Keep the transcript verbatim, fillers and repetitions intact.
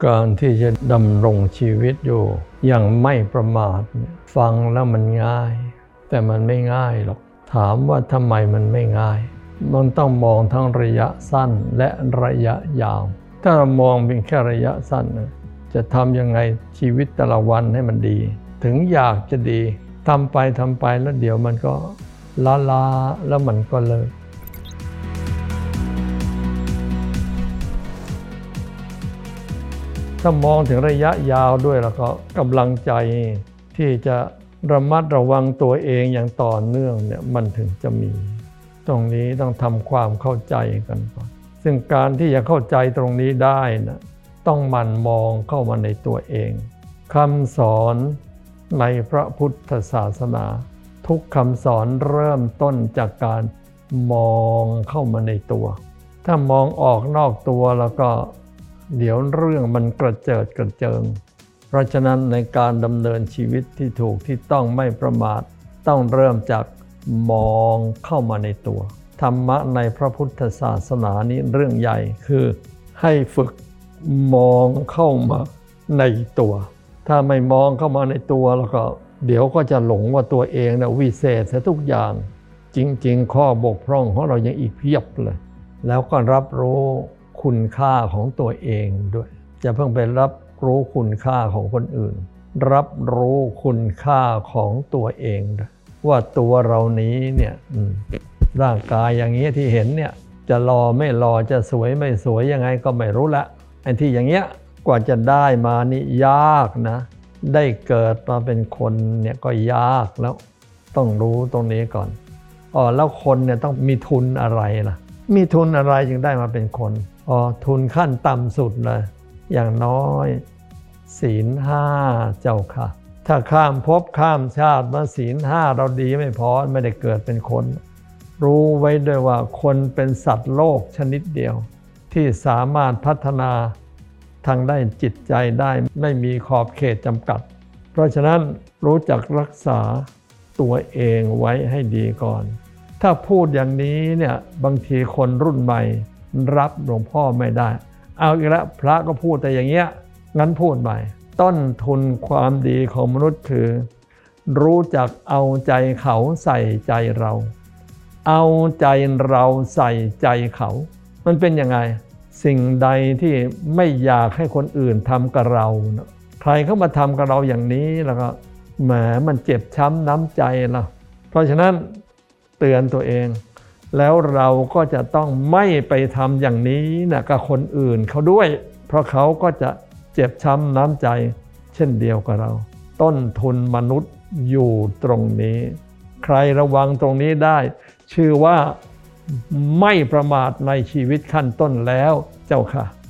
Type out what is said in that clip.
การที่จะดำรงชีวิตอยู่อย่างไม่ประมาทฟังแล้วมันง่ายแต่มันไม่ง่ายหรอกถามว่าทำไมมันไม่ง่ายมันต้องมองทั้งระยะสั้นและระยะยาวถ้าเรามองเพียงแค่ระยะสั้นจะทำยังไงชีวิตแต่ละวันให้มันดีถึงอยากจะดีทำไปทำไปแล้วเดี๋ยวมันก็ล้าลาแล้วมันก็เลิกถ้ามองถึงระยะยาวด้วยแล้วก็กำลังใจที่จะระมัดระวังตัวเองอย่างต่อเนื่องเนี่ยมันถึงจะมีตรงนี้ต้องทำความเข้าใจกันก่อนซึ่งการที่จะเข้าใจตรงนี้ได้นะต้องหมั่นมองเข้ามาในตัวเองคำสอนในพระพุทธศาสนาทุกคำสอนเริ่มต้นจากการมองเข้ามาในตัวถ้ามองออกนอกตัวแล้วก็เดี๋ยวเรื่องมันกระเจิดกระเจิงเพราะฉะนั้นในการดำเนินชีวิตที่ถูกที่ต้องไม่ประมาทต้องเริ่มจากมองเข้ามาในตัวธรรมะในพระพุทธศาสนานี้เรื่องใหญ่คือให้ฝึกมองเข้ามาในตัวถ้าไม่มองเข้ามาในตัวแล้วก็เดี๋ยวก็จะหลงว่าตัวเองนะวิเศษซะทุกอย่างจริงๆข้อบกพร่องของเรายังอีกเพียบเลยแล้วก็รับรู้คุณค่าของตัวเองด้วยอย่าเพิ่งไปรับรู้คุณค่าของคนอื่นรับรู้คุณค่าของตัวเองด้วยว่าตัวเรานี้เนี่ยร่างกายอย่างนี้ที่เห็นเนี่ยจะรอไม่รอจะสวยไม่สวยยังไงก็ไม่รู้ละไอ้ที่อย่างเงี้ยกว่าจะได้มานี่ยากนะได้เกิดมาเป็นคนเนี่ยก็ยากแล้วต้องรู้ตรงนี้ก่อนอ๋อแล้วคนเนี่ยต้องมีทุนอะไรล่ะมีทุนอะไรจึงได้มาเป็นคนอ๋อทุนขั้นต่ำสุดเลยอย่างน้อยศีลห้าเจ้าค่ะถ้าข้ามภพข้ามชาติมาศีลห้าเราดีไม่พอไม่ได้เกิดเป็นคนรู้ไว้ด้วยว่าคนเป็นสัตว์โลกชนิดเดียวที่สามารถพัฒนาทางด้านจิตใจได้ไม่มีขอบเขตจำกัดเพราะฉะนั้นรู้จักรักษาตัวเองไว้ให้ดีก่อนถ้าพูดอย่างนี้เนี่ยบางทีคนรุ่นใหม่รับหลวงพ่อไม่ได้เอาอีกแล้วพระก็พูดแต่อย่างเงี้ยงั้นพูดใหม่ต้นทุนความดีของมนุษย์คือรู้จักเอาใจเขาใส่ใจเราเอาใจเราใส่ใจเขามันเป็นยังไงสิ่งใดที่ไม่อยากให้คนอื่นทำกับเราใครเข้ามาทำกับเราอย่างนี้แล้วก็แหมมันเจ็บช้ำน้ำใจเราเพราะฉะนั้นเตือนตัวเองแล้วเราก็จะต้องไม่ไปทำอย่างนี้นะกับคนอื่นเขาด้วยเพราะเขาก็จะเจ็บช้ำน้ำใจเช่นเดียวกับเราต้นทุนมนุษย์อยู่ตรงนี้ใครระวังตรงนี้ได้ชื่อว่าไม่ประมาทในชีวิตขั้นต้นแล้วเจ้าค่ะ